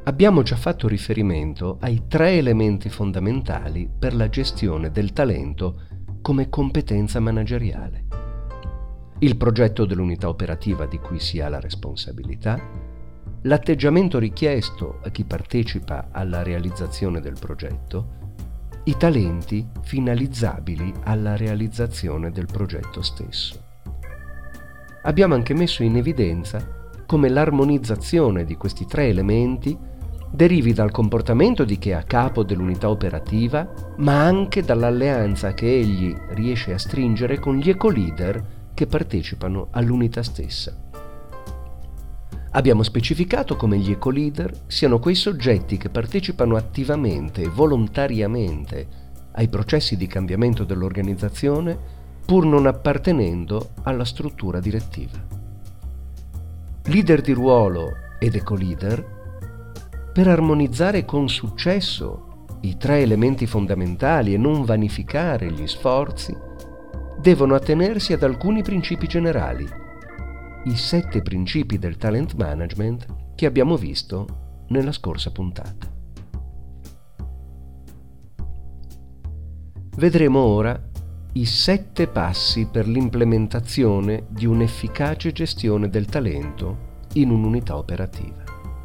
Abbiamo già fatto riferimento ai 3 elementi fondamentali per la gestione del talento come competenza manageriale. Il progetto dell'unità operativa di cui si ha la responsabilità, l'atteggiamento richiesto a chi partecipa alla realizzazione del progetto, i talenti finalizzabili alla realizzazione del progetto stesso. Abbiamo anche messo in evidenza come l'armonizzazione di questi 3 elementi derivi dal comportamento di chi è a capo dell'unità operativa, ma anche dall'alleanza che egli riesce a stringere con gli eco-leader che partecipano all'unità stessa. Abbiamo specificato come gli eco-leader siano quei soggetti che partecipano attivamente e volontariamente ai processi di cambiamento dell'organizzazione pur non appartenendo alla struttura direttiva. Leader di ruolo ed eco-leader, per armonizzare con successo i 3 elementi fondamentali e non vanificare gli sforzi, devono attenersi ad alcuni principi generali, i 7 principi del talent management che abbiamo visto nella scorsa puntata. Vedremo ora i 7 passi per l'implementazione di un'efficace gestione del talento in un'unità operativa.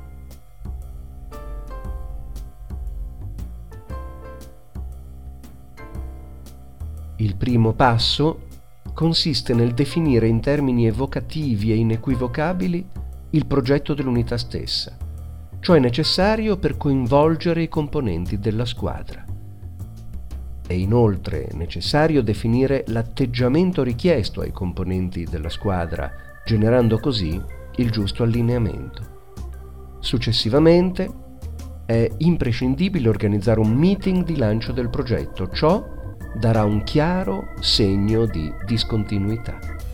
Il primo passo consiste nel definire in termini evocativi e inequivocabili il progetto dell'unità stessa, ciò è necessario per coinvolgere i componenti della squadra. È inoltre necessario definire l'atteggiamento richiesto ai componenti della squadra, generando così il giusto allineamento. Successivamente è imprescindibile organizzare un meeting di lancio del progetto, ciò darà un chiaro segno di discontinuità.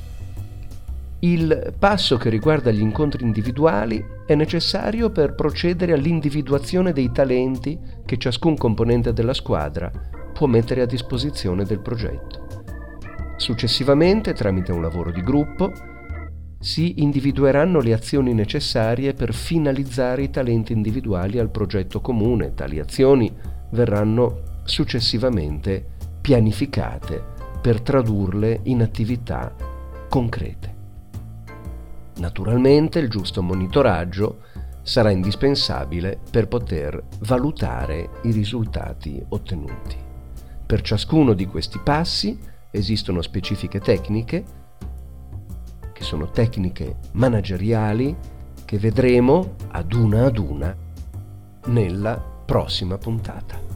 Il passo che riguarda gli incontri individuali è necessario per procedere all'individuazione dei talenti che ciascun componente della squadra può mettere a disposizione del progetto. Successivamente, tramite un lavoro di gruppo, si individueranno le azioni necessarie per finalizzare i talenti individuali al progetto comune. Tali azioni verranno successivamente pianificate per tradurle in attività concrete. Naturalmente il giusto monitoraggio sarà indispensabile per poter valutare i risultati ottenuti. Per ciascuno di questi passi esistono specifiche tecniche, che sono tecniche manageriali, che vedremo ad una nella prossima puntata.